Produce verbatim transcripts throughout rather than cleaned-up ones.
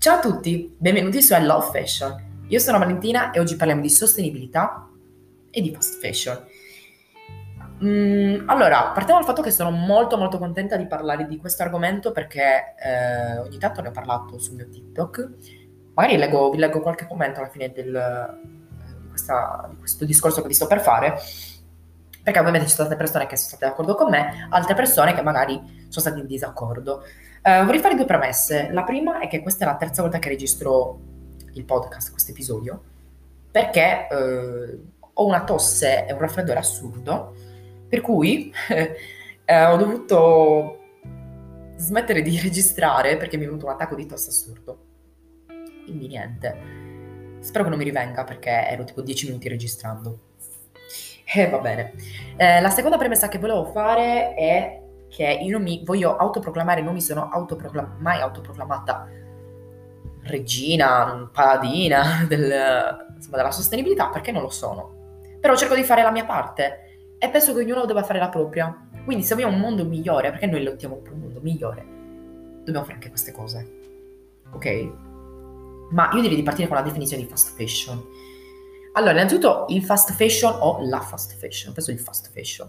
Ciao a tutti, benvenuti su I Love Fashion. Io sono Valentina e oggi parliamo di sostenibilità e di fast fashion. Mm, allora, partiamo dal fatto che sono molto molto contenta di parlare di questo argomento perché eh, ogni tanto ne ho parlato sul mio TikTok. Magari leggo- vi leggo qualche commento alla fine del- di, questa- di questo discorso che vi sto per fare, perché ovviamente ci sono state persone che sono state d'accordo con me, altre persone che magari sono state in disaccordo. Eh, vorrei fare due premesse. La prima è che questa è la terza volta che registro il podcast, questo episodio, perché eh, ho una tosse e un raffreddore assurdo, per cui eh, ho dovuto smettere di registrare perché mi è venuto un attacco di tosse assurdo. Quindi niente. Spero che non mi rivenga perché ero tipo dieci minuti registrando. E va bene. Eh, la seconda premessa che volevo fare è che io non mi voglio autoproclamare, non mi sono autoproclam- mai autoproclamata regina, paladina del- insomma, della sostenibilità perché non lo sono. Però cerco di fare la mia parte e penso che ognuno debba fare la propria. Quindi se vogliamo un mondo migliore, perché noi lottiamo per un mondo migliore, dobbiamo fare anche queste cose. Ok? Ma io direi di partire con la definizione di fast fashion. Allora, innanzitutto il fast fashion o la fast fashion, penso il fast fashion.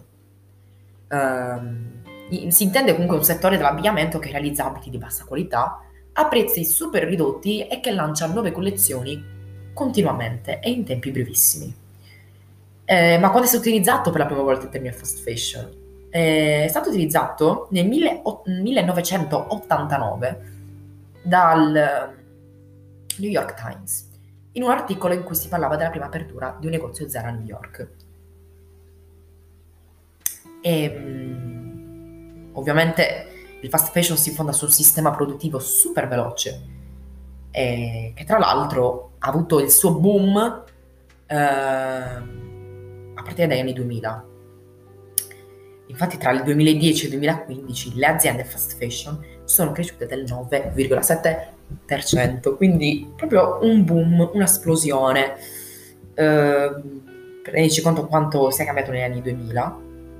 Ehm, si intende comunque un settore dell'abbigliamento che realizza abiti di bassa qualità a prezzi super ridotti e che lancia nuove collezioni continuamente e in tempi brevissimi. Eh, ma quando è stato utilizzato per la prima volta il termine fast fashion? Eh, è stato utilizzato nel millenovecentottantanove dal New York Times, in un articolo in cui si parlava della prima apertura di un negozio Zara a New York. E, mh, ovviamente il fast fashion si fonda su un sistema produttivo super veloce, e che tra l'altro ha avuto il suo boom eh, a partire dagli anni duemila. Infatti tra il duemiladieci e il duemilaquindici le aziende fast fashion sono cresciute del nove virgola sette per cento, quindi proprio un boom, un'esplosione. Eh, rendici conto quanto si è cambiato negli anni duemila.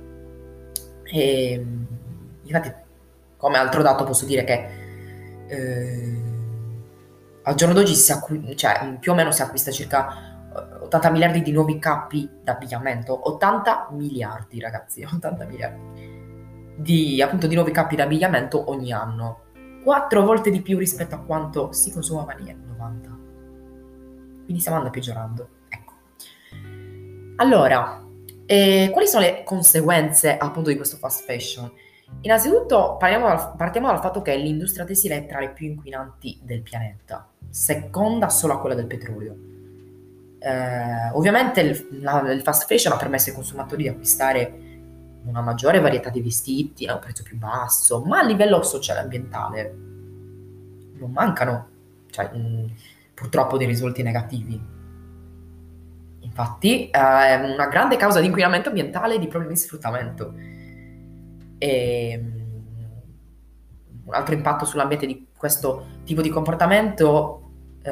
E, infatti, come altro dato posso dire che eh, al giorno d'oggi si acqu- cioè, più o meno si acquista circa eh, ottanta miliardi di nuovi capi d'abbigliamento. ottanta miliardi, ragazzi, ottanta miliardi di, appunto, di nuovi capi d'abbigliamento ogni anno. Quattro volte di più rispetto a quanto si consumava negli anni novanta. Quindi stiamo andando peggiorando. Ecco. Allora, eh, quali sono le conseguenze appunto di questo fast fashion? Innanzitutto parliamo dal- partiamo dal fatto che l'industria tessile è tra le più inquinanti del pianeta, seconda solo a quella del petrolio. Eh, ovviamente il, la- il fast fashion ha permesso ai consumatori di acquistare una maggiore varietà di vestiti a un prezzo più basso, ma a livello sociale e ambientale non mancano, cioè, mh, purtroppo dei risvolti negativi. Infatti, eh, è una grande causa di inquinamento ambientale e di problemi di sfruttamento. E, mm, un altro impatto sull'ambiente di questo tipo di comportamento, eh,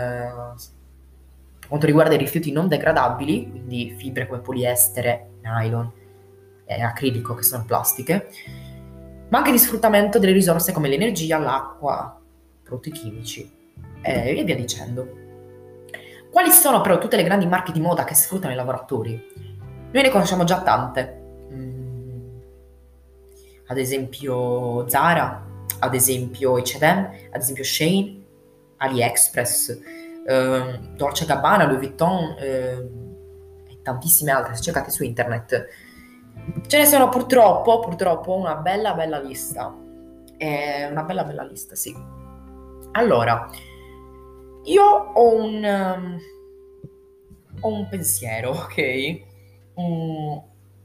per quanto riguarda i rifiuti non degradabili, quindi fibre come poliestere, nylon e acrilico, che sono plastiche, ma anche di sfruttamento delle risorse come l'energia, l'acqua, prodotti chimici e via dicendo. Quali sono però tutte le grandi marche di moda che sfruttano i lavoratori? Noi ne conosciamo già tante. Mm, ad esempio Zara, ad esempio acca e emme, ad esempio Shein, AliExpress, ehm, Dolce and Gabbana, Louis Vuitton ehm, e tantissime altre. Se cercate su internet ce ne sono purtroppo, purtroppo una bella bella lista. È una bella bella lista, sì. Allora, io ho un, um, ho un pensiero, ok? Un,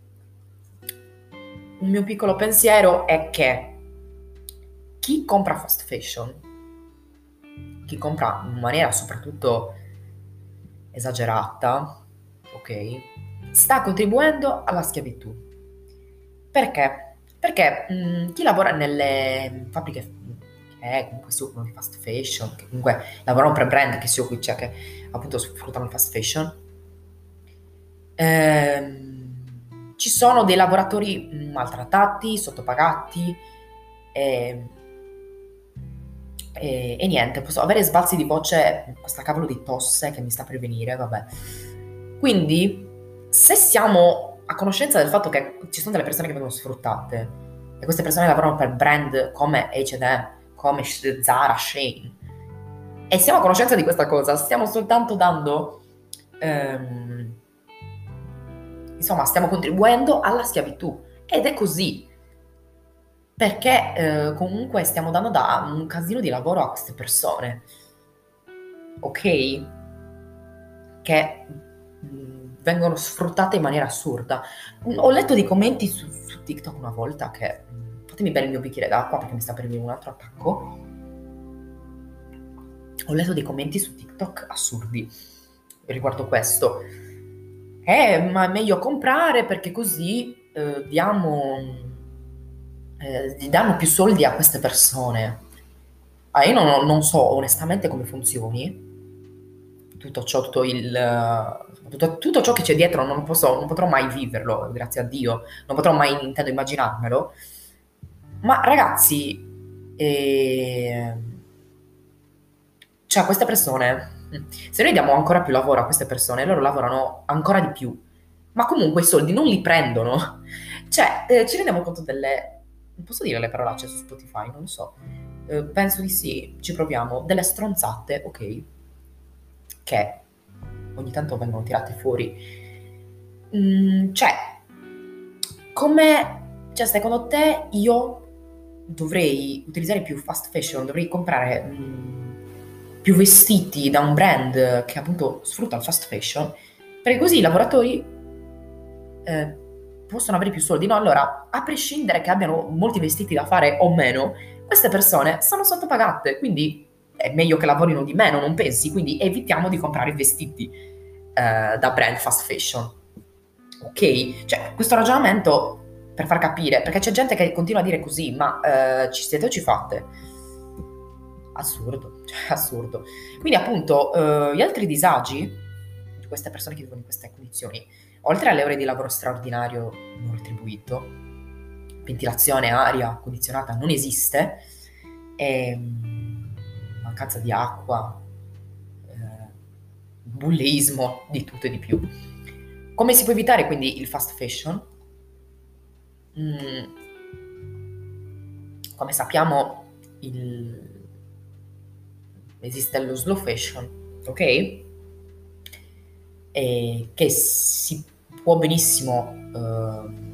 un mio piccolo pensiero è che chi compra fast fashion, chi compra in maniera soprattutto esagerata, ok? Sta contribuendo alla schiavitù. Perché? Perché mh, chi lavora nelle fabbriche che comunque si occupano di fast fashion, che comunque lavorano per brand che si occupano, cioè che appunto sfruttano il fast fashion, ehm, ci sono dei lavoratori maltrattati, sottopagati, e E, e niente, posso avere sbalzi di voce, questa cavolo di tosse che mi sta per venire, vabbè. Quindi, se siamo a conoscenza del fatto che ci sono delle persone che vengono sfruttate e queste persone lavorano per brand come acca e emme, come Zara, Shein, e siamo a conoscenza di questa cosa, stiamo soltanto dando, ehm, insomma, stiamo contribuendo alla schiavitù. Ed è così. Perché eh, comunque stiamo dando da un casino di lavoro a queste persone, ok? Che mh, vengono sfruttate in maniera assurda. Mm, Ho letto dei commenti su, su TikTok una volta che... mh, fatemi bere il mio bicchiere d'acqua perché mi sta per venire un altro attacco. Ho letto dei commenti su TikTok assurdi riguardo questo. Eh, ma è meglio comprare perché così eh, diamo... eh, gli danno più soldi a queste persone. Ah, io non, non so onestamente come funzioni tutto ciò, tutto il, eh, tutto, tutto ciò che c'è dietro, non posso, non potrò mai viverlo, grazie a Dio, non potrò mai, intendo, immaginarmelo. Ma ragazzi, eh, cioè queste persone, se noi diamo ancora più lavoro a queste persone, loro lavorano ancora di più, ma comunque i soldi non li prendono. Cioè, eh, ci rendiamo conto delle... Non posso dire le parolacce su Spotify, non lo so. Eh, penso di sì, ci proviamo. Delle stronzate, ok, che ogni tanto vengono tirate fuori. Mm, cioè, come... Cioè, secondo te io dovrei utilizzare più fast fashion, dovrei comprare mm, più vestiti da un brand che appunto sfrutta il fast fashion, perché così i lavoratori eh, possono avere più soldi. No, allora, a prescindere che abbiano molti vestiti da fare o meno, queste persone sono sottopagate, quindi è meglio che lavorino di meno, non pensi? Quindi evitiamo di comprare vestiti eh, da brand fast fashion. Ok? Cioè, questo ragionamento per far capire, perché c'è gente che continua a dire così, ma eh, ci siete o ci fate? Assurdo, cioè assurdo. Quindi appunto eh, gli altri disagi di queste persone che vivono in queste condizioni, oltre alle ore di lavoro straordinario non retribuito, ventilazione, aria condizionata non esiste, e mm, mancanza di acqua, eh, bulleismo, di tutto e di più. Come si può evitare quindi il fast fashion? Mm, come sappiamo il- esiste lo slow fashion, ok? E che si può benissimo ehm,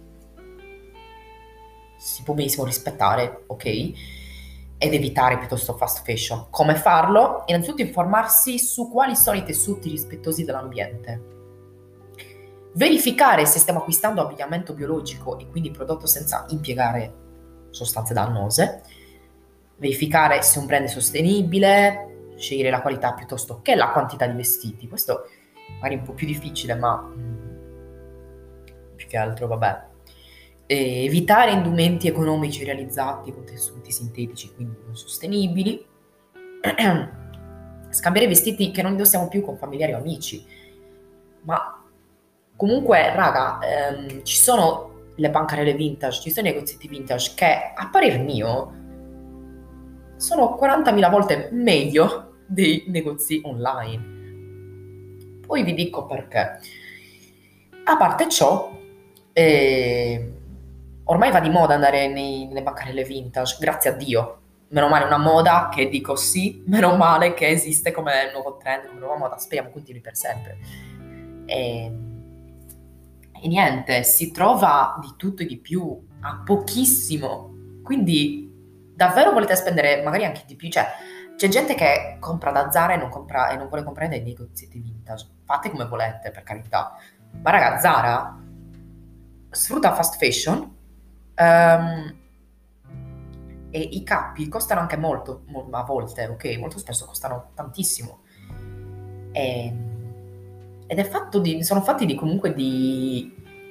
si può benissimo rispettare, ok? Ed evitare piuttosto fast fashion. Come farlo? Innanzitutto informarsi su quali sono i tessuti rispettosi dell'ambiente. Verificare se stiamo acquistando abbigliamento biologico e quindi prodotto senza impiegare sostanze dannose. Verificare se un brand è sostenibile, scegliere la qualità piuttosto che la quantità di vestiti. Questo magari è un po' più difficile, ma mm, più che altro, vabbè. E evitare indumenti economici realizzati con tessuti sintetici, quindi non sostenibili. Scambiare vestiti che non indossiamo più con familiari o amici. Ma comunque, raga, ehm, ci sono le bancarelle vintage, ci sono i negozietti vintage che, a parer mio, sono quarantamila volte meglio dei negozi online. Poi vi dico perché. A parte ciò, eh, ormai va di moda andare nei- nelle bancarelle vintage, grazie a Dio. Meno male una moda che dico sì, meno male che esiste come nuovo trend, come nuova moda, speriamo continui per sempre. E, e niente, si trova di tutto e di più a pochissimo. Quindi davvero volete spendere magari anche di più? Cioè, c'è gente che compra da Zara e non, compra, e non vuole comprare dai negozietti vintage. Fate come volete, per carità. Ma raga, Zara sfrutta fast fashion ehm, e i cappi costano anche molto, mo- a volte, ok? Molto spesso costano tantissimo. E- ed è fatto di, sono fatti di comunque di,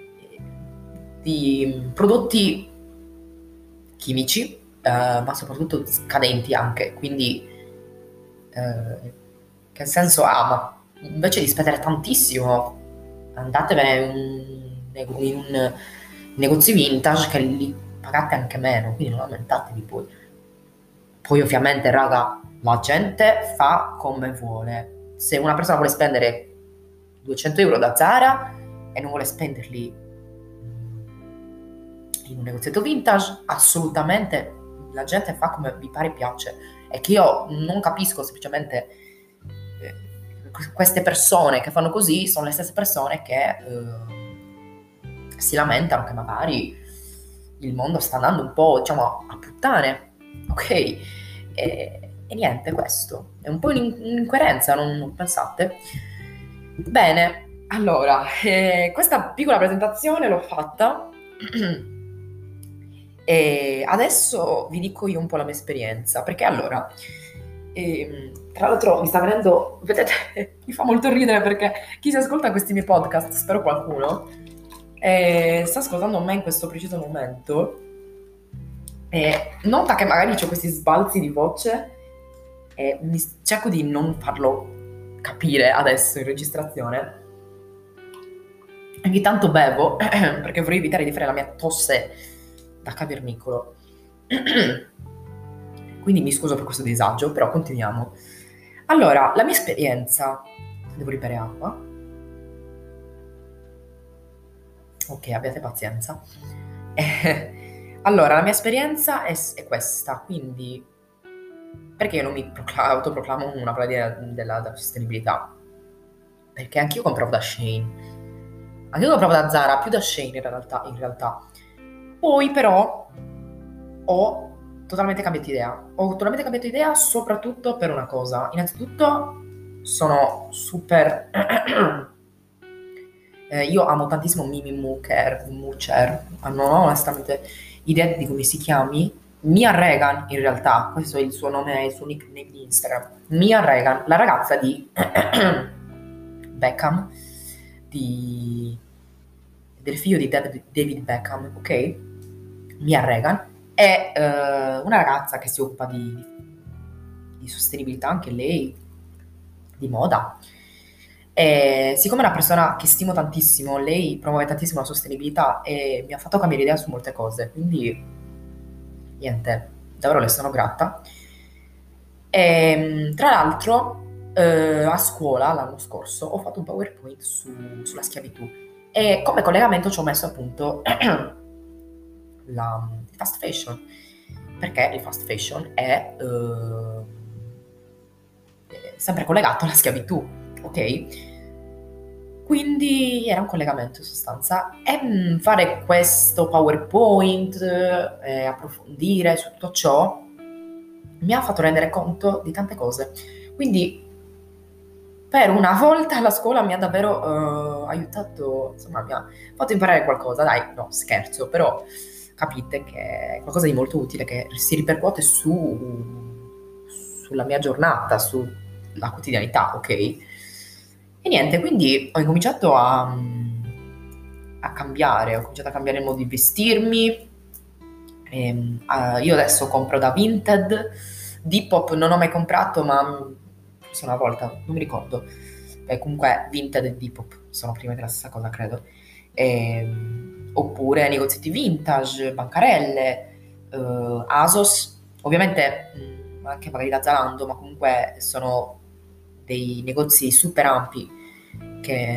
di prodotti chimici, eh, ma soprattutto scadenti anche, quindi eh, che senso ha? Ma invece di spendere tantissimo, andatevene in un, nego- in un negozio vintage che li pagate anche meno, quindi non lamentatevi poi. Poi ovviamente, raga, la gente fa come vuole. Se una persona vuole spendere duecento euro da Zara e non vuole spenderli in un negozietto vintage, assolutamente la gente fa come vi pare e piace. E che io non capisco semplicemente eh, queste persone che fanno così sono le stesse persone che eh, si lamentano che magari il mondo sta andando un po', diciamo, a puttane, ok? E, e niente, questo è un po' un'incoerenza, non, non pensate? Bene, allora, eh, questa piccola presentazione l'ho fatta e adesso vi dico io un po' la mia esperienza, perché allora, ehm, tra l'altro mi sta venendo, vedete, mi fa molto ridere perché chi si ascolta questi miei podcast, spero qualcuno, eh, sta ascoltando me in questo preciso momento e nota che magari ho questi sbalzi di voce e mi cerco di non farlo capire adesso in registrazione. Ogni tanto bevo perché vorrei evitare di fare la mia tosse da cavernicolo. Quindi mi scuso per questo disagio, però continuiamo. Allora, la mia esperienza... Devo ripere acqua. Ok, abbiate pazienza. Allora, la mia esperienza è, è questa, quindi... Perché io non mi proclamo, autoproclamo una paladina della, della sostenibilità? Perché anch'io compravo da Shein. Anch'io compravo da Zara, più da Shein in realtà, in realtà. Poi però ho totalmente cambiato idea. Ho totalmente cambiato idea soprattutto per una cosa. Innanzitutto sono super... eh, io amo tantissimo Mimi Mooker, Moocher, non ho onestamente idea di come si chiami. Mia Regan in realtà, questo è il suo nome, il suo nickname di Instagram. Mia Regan, la ragazza di Beckham, di... del figlio di David Beckham, ok? Mia Regan è uh, una ragazza che si occupa di, di, di sostenibilità, anche lei, di moda. E siccome è una persona che stimo tantissimo, lei promuove tantissimo la sostenibilità e mi ha fatto cambiare idea su molte cose, quindi niente, davvero le sono grata. E, tra l'altro uh, a scuola l'anno scorso ho fatto un PowerPoint su, sulla schiavitù e come collegamento ci ho messo appunto la il fast fashion, perché il fast fashion è, uh, è sempre collegato alla schiavitù, ok? Quindi era un collegamento in sostanza e mh, fare questo PowerPoint e eh, approfondire su tutto ciò mi ha fatto rendere conto di tante cose. Quindi per una volta la scuola mi ha davvero uh, aiutato, insomma mi ha fatto imparare qualcosa, dai, no scherzo, però capite che è qualcosa di molto utile che si ripercuote su, sulla mia giornata, sulla quotidianità, ok? E niente, quindi ho incominciato a, a cambiare, ho cominciato a cambiare il modo di vestirmi. E, uh, io adesso compro da Vinted, Depop non ho mai comprato, ma forse una volta, non mi ricordo. Beh, comunque Vinted e Depop sono prima della stessa cosa, credo. E, oppure negozietti vintage, bancarelle, uh, ASOS, ovviamente mh, anche magari da Zalando, ma comunque sono dei negozi super ampi che,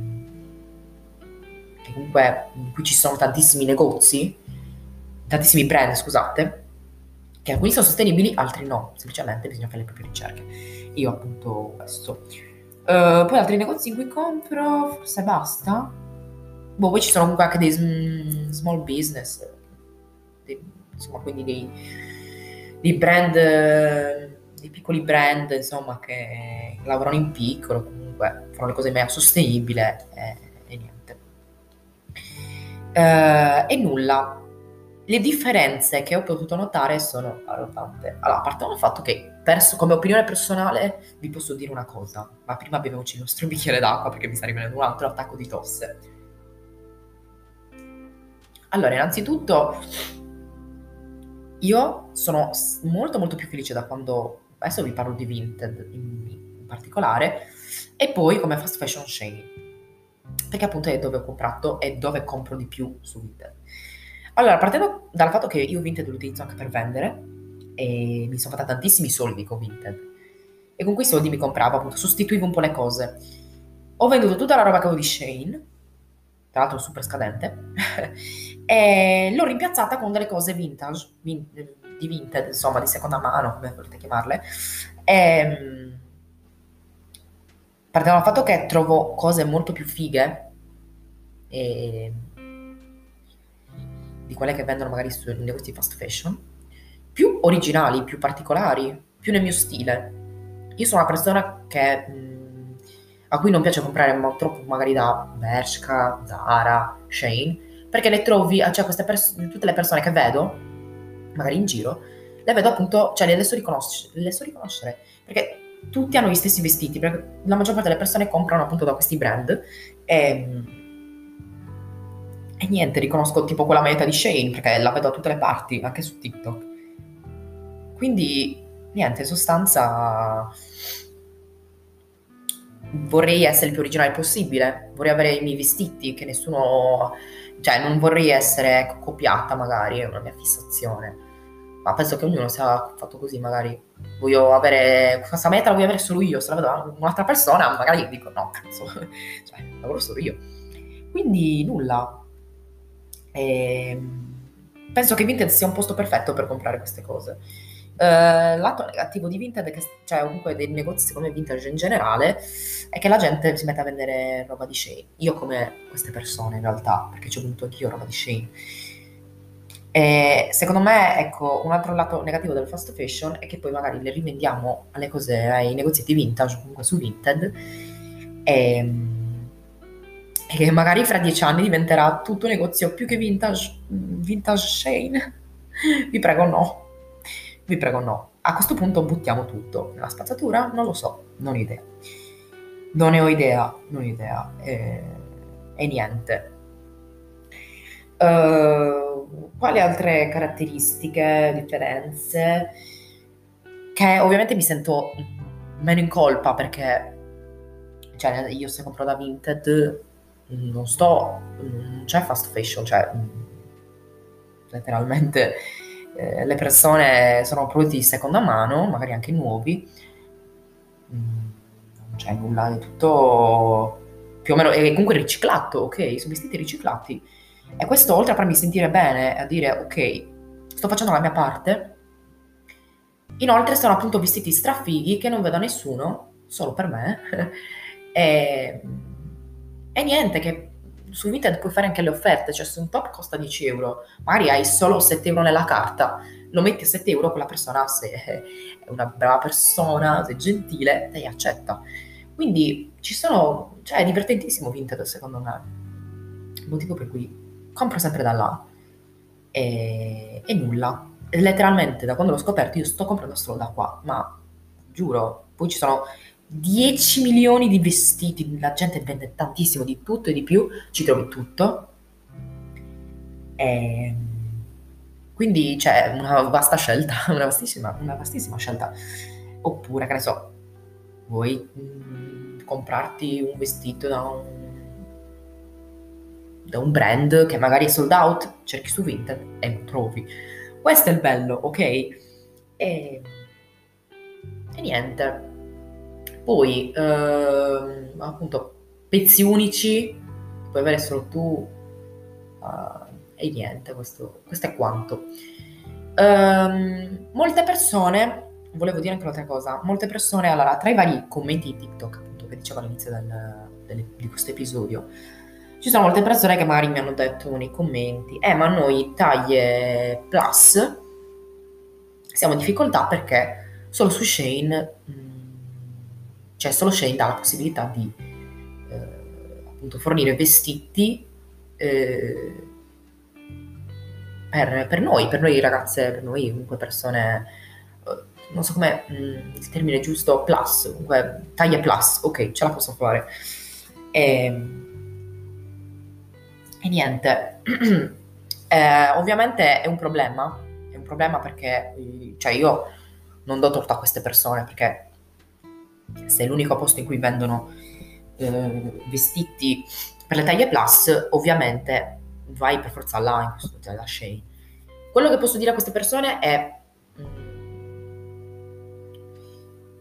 che comunque in cui ci sono tantissimi negozi, tantissimi brand, scusate, che alcuni sono sostenibili, altri no, semplicemente bisogna fare le proprie ricerche. Io appunto questo. Uh, poi altri negozi in cui compro, forse basta. Boh, poi ci sono comunque anche dei sm- small business, dei, insomma, quindi dei, dei brand, dei piccoli brand, insomma, che lavorano in piccolo, comunque fanno le cose in maniera sostenibile e, e niente. Uh, e nulla. Le differenze che ho potuto notare sono allora, tante. Allora, a parte dal fatto che, perso, come opinione personale, vi posso dire una cosa, ma prima beviamoci il nostro bicchiere d'acqua perché mi sta rivenendo un altro attacco di tosse. Allora, innanzitutto, io sono molto molto più felice da quando, adesso vi parlo di Vinted in, in particolare, e poi come fast fashion Shein, perché appunto è dove ho comprato e dove compro di più su Vinted. Allora, partendo dal fatto che io Vinted lo utilizzo anche per vendere, e mi sono fatta tantissimi soldi con Vinted. E con quei soldi mi compravo, appunto, sostituivo un po' le cose. Ho venduto tutta la roba che avevo di Shein, tra l'altro super scadente, e l'ho rimpiazzata con delle cose vintage, vin- di Vinted, insomma, di seconda mano, come volete chiamarle. E, partiamo dal fatto che trovo cose molto più fighe e di quelle che vendono magari sui negozi di fast fashion, più originali, più particolari, più nel mio stile. Io sono una persona che, mh, a cui non piace comprare ma- troppo magari da Bershka, Zara, Shein, perché le trovi, cioè queste pers- tutte le persone che vedo, magari in giro, le vedo appunto, cioè le so riconoscere, le so riconoscere, perché tutti hanno gli stessi vestiti, perché la maggior parte delle persone comprano appunto da questi brand e, e niente, riconosco tipo quella maglietta di Shein perché la vedo da tutte le parti, anche su TikTok. Quindi niente, in sostanza vorrei essere il più originale possibile, vorrei avere i miei vestiti che nessuno, cioè non vorrei essere ecco, copiata magari, è una mia fissazione. Ma penso che ognuno sia fatto così, magari voglio avere questa meta, la voglio avere solo io, se la vedo da un'altra persona, magari dico no, cazzo, cioè lavoro solo io. Quindi nulla. Ehm, penso che Vinted sia un posto perfetto per comprare queste cose. Eh, lato negativo di Vinted, è che, cioè comunque dei negozi secondo me vintage in generale, è che la gente si mette a vendere roba di Shein. Io come queste persone in realtà, perché ci ho venduto anch'io roba di Shein. E secondo me, ecco, un altro lato negativo del fast fashion è che poi magari le rivendiamo alle cose, ai negozietti vintage, o comunque su Vinted, e, e che magari fra dieci anni diventerà tutto un negozio più che vintage, vintage Shein. Vi prego no, vi prego no. A questo punto buttiamo tutto nella spazzatura? Non lo so, non ho idea. Non ne ho idea, non ho idea. E, e niente. Uh, quali altre caratteristiche, differenze? Che ovviamente mi sento meno in colpa perché, cioè, io se compro da Vinted non sto, non c'è fast fashion, cioè, letteralmente eh, le persone sono prodotti di seconda mano, magari anche nuovi, non c'è nulla, è tutto più o meno, è comunque riciclato, ok? Sono vestiti riciclati. E questo, oltre a farmi sentire bene, a dire, ok, sto facendo la mia parte, inoltre sono appunto vestiti strafighi che non vedo nessuno, solo per me. e, e niente, che su Vinted puoi fare anche le offerte, cioè se un top costa dieci euro, magari hai solo sette euro nella carta, lo metti a sette euro, quella persona se è una brava persona, se è gentile, te li accetta. Quindi ci sono, cioè è divertentissimo Vinted secondo me, il motivo per cui compro sempre da là e, e nulla. Letteralmente da quando l'ho scoperto io sto comprando solo da qua, ma giuro, poi ci sono dieci milioni di vestiti, la gente vende tantissimo di tutto e di più, ci trovi tutto. E quindi c'è una vasta scelta, una vastissima, una vastissima scelta. Oppure, che ne so, vuoi mm, comprarti un vestito da un, da un brand che magari è sold out, cerchi su Vinted e lo trovi. Questo è il bello, ok? E, e niente. Poi, ehm, appunto, pezzi unici, puoi avere solo tu, eh, e niente, questo, questo è quanto. Ehm, molte persone, volevo dire anche un'altra cosa, molte persone, allora, tra i vari commenti di TikTok, appunto, che dicevo all'inizio del- del- di questo episodio, ci sono molte persone che magari mi hanno detto nei commenti, eh, ma noi taglie plus siamo in difficoltà perché solo su Shein, mh, cioè solo Shein dà la possibilità di eh, appunto fornire vestiti eh, per, per noi, per noi ragazze, per noi comunque persone, eh, non so come il termine giusto, plus, comunque taglia plus, ok, ce la posso fare. E, e niente, eh, ovviamente è un problema, è un problema perché, eh, cioè io non do torto a queste persone perché se è l'unico posto in cui vendono eh, vestiti per le taglie plus, ovviamente vai per forza là, in questo caso da Shein. Quello che posso dire a queste persone è,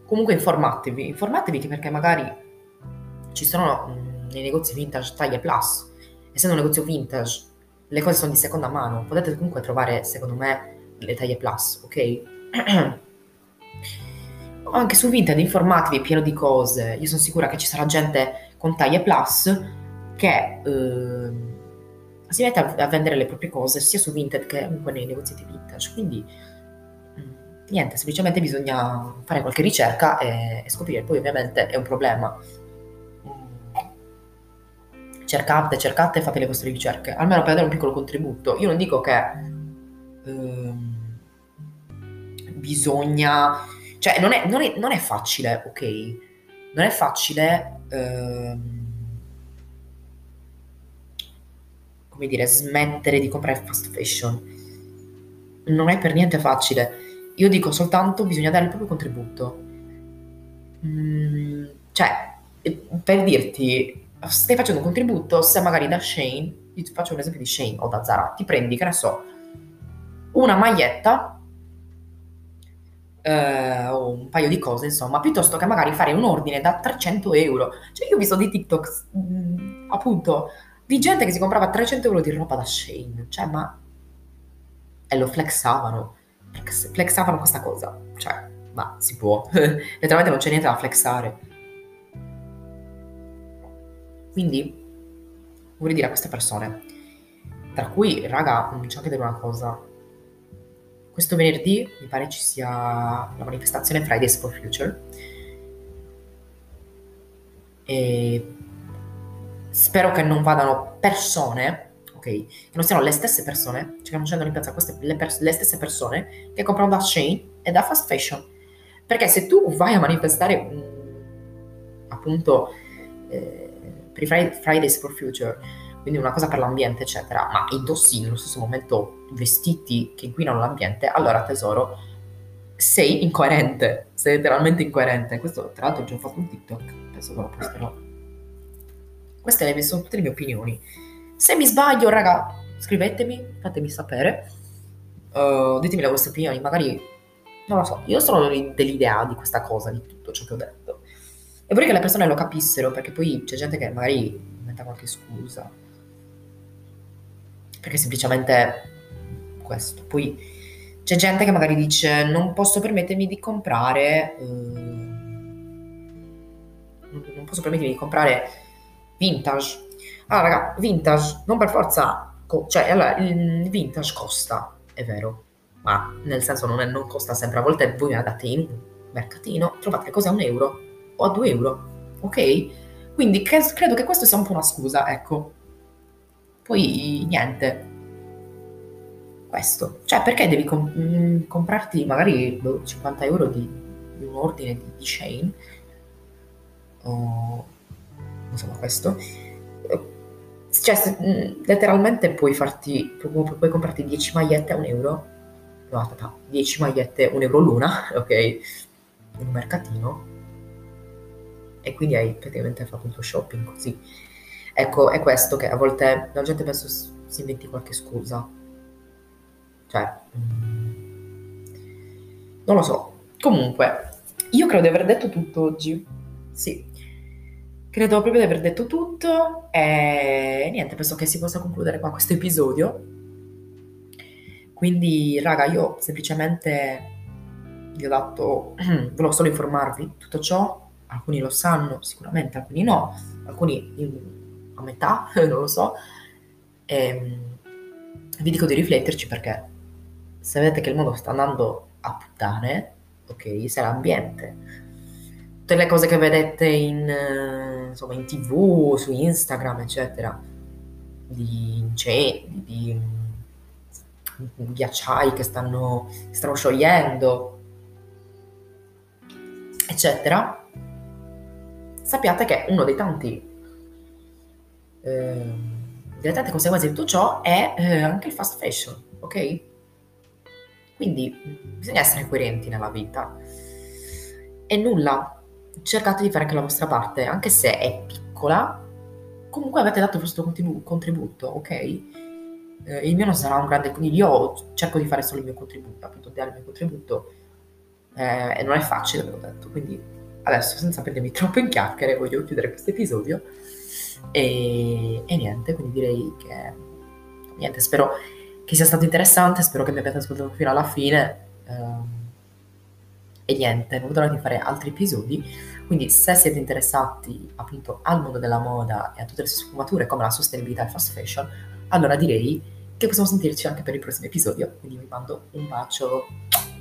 Comunque informatevi, informatevi che perché magari ci sono mh, nei negozi vintage taglia plus, essendo un negozio vintage, le cose sono di seconda mano, potete comunque trovare, secondo me, le taglie plus, ok? Anche su Vinted informatevi, è pieno di cose. Io sono sicura che ci sarà gente con taglie plus che ehm, si mette a, a vendere le proprie cose sia su Vinted che comunque nei negozi di vintage. Quindi mm, niente, semplicemente bisogna fare qualche ricerca e, e scoprire. Poi ovviamente è un problema. Mm, cercate, cercate e fate le vostre ricerche, almeno per dare un piccolo contributo. Io non dico che ehm, bisogna, cioè non è, non è- non è facile, ok? Non è facile, ehm, come dire, smettere di comprare fast fashion. Non è per niente facile. Io dico soltanto bisogna dare il proprio contributo. Mm, cioè, eh, per dirti, stai facendo un contributo, se magari da Shane, io ti faccio un esempio di Shane o da Zara, ti prendi, che ne so, una maglietta eh, o un paio di cose, insomma, piuttosto che magari fare un ordine da trecento euro. Cioè, io ho visto dei TikTok, mm, appunto, di gente che si comprava trecento euro di roba da Shane, cioè, ma... E lo flexavano, Flex- flexavano questa cosa, cioè, ma si può, letteralmente non c'è niente da flexare. Quindi, vorrei dire a queste persone, tra cui, raga, mm, c'è anche da dire una cosa. Questo venerdì mi pare ci sia la manifestazione Fridays for Future e spero che non vadano persone, ok, che non siano le stesse persone, cioè che non scendano in piazza queste, le, pers- le stesse persone che comprano da Shein e da fast fashion. Perché se tu vai a manifestare mh, appunto eh, per i Fri- Fridays for Future, quindi una cosa per l'ambiente, eccetera, ma indossi nello stesso momento vestiti che inquinano l'ambiente, allora tesoro, sei incoerente, sei letteralmente incoerente. Questo tra l'altro ho già fatto un TikTok, penso che lo posterò. Queste le mie- sono tutte le mie opinioni. Se mi sbaglio, raga, scrivetemi, fatemi sapere. Uh, ditemi le vostre opinioni, magari non lo so. Io sono dell'idea di questa cosa, di tutto ciò che ho detto. E vorrei che le persone lo capissero, perché poi c'è gente che magari inventa qualche scusa. Perché semplicemente questo. Poi c'è gente che magari dice non posso permettermi di comprare. eh, non posso permettermi di comprare vintage. Allora, raga, vintage non per forza, co- cioè, allora, il vintage costa, è vero, ma nel senso non, è- non costa sempre. A volte voi andate in un mercatino, trovate le cose a un euro o a due euro, ok? Quindi che- credo che questo sia un po' una scusa, ecco. Poi niente, questo. Cioè, perché devi com- mm, comprarti magari boh, cinquanta euro di, di un ordine di, di Shane? O insomma questo. Eh, Cioè, se- mh, letteralmente puoi farti, pu- pu- puoi comprarti dieci magliette a un euro. No, aspetta, dieci magliette, un euro l'una, ok? In un mercatino. E quindi hai praticamente fatto il tuo shopping così. Ecco, è questo che a volte la gente penso s- si inventi qualche scusa. Cioè, mm, non lo so. Comunque, io credo di aver detto tutto oggi. Sì, credo proprio di aver detto tutto e niente, penso che si possa concludere qua questo episodio. Quindi, raga, io semplicemente vi ho dato, volevo solo informarvi tutto ciò. Alcuni lo sanno, sicuramente, alcuni no, alcuni in- a metà, non lo so. E vi dico di rifletterci perché se vedete che il mondo sta andando a puttane, ok, se l'ambiente, tutte le cose che vedete in, eh, insomma, in T V, su Instagram, eccetera, di incendi, di, di ghiacciai che stanno, stanno sciogliendo, eccetera, sappiate che uno dei tanti, ehm, delle tante conseguenze di tutto ciò è eh, anche il fast fashion, ok? Quindi mh, bisogna essere coerenti nella vita. E nulla, cercate di fare anche la vostra parte, anche se è piccola, comunque avete dato il vostro contribu- contributo, ok? Eh, il mio non sarà un grande, quindi io cerco di fare solo il mio contributo, appunto, di dare il mio contributo eh, e non è facile, ve l'ho detto, quindi adesso senza prendermi troppo in chiacchiere voglio chiudere questo episodio e, e niente, quindi direi che niente, spero che sia stato interessante, spero che mi abbiate ascoltato fino alla fine. ehm, e niente, non vedo l'ora di fare altri episodi, quindi se siete interessati appunto al mondo della moda e a tutte le sue sfumature come la sostenibilità e il fast fashion, allora direi che possiamo sentirci anche per il prossimo episodio, quindi vi mando un bacio.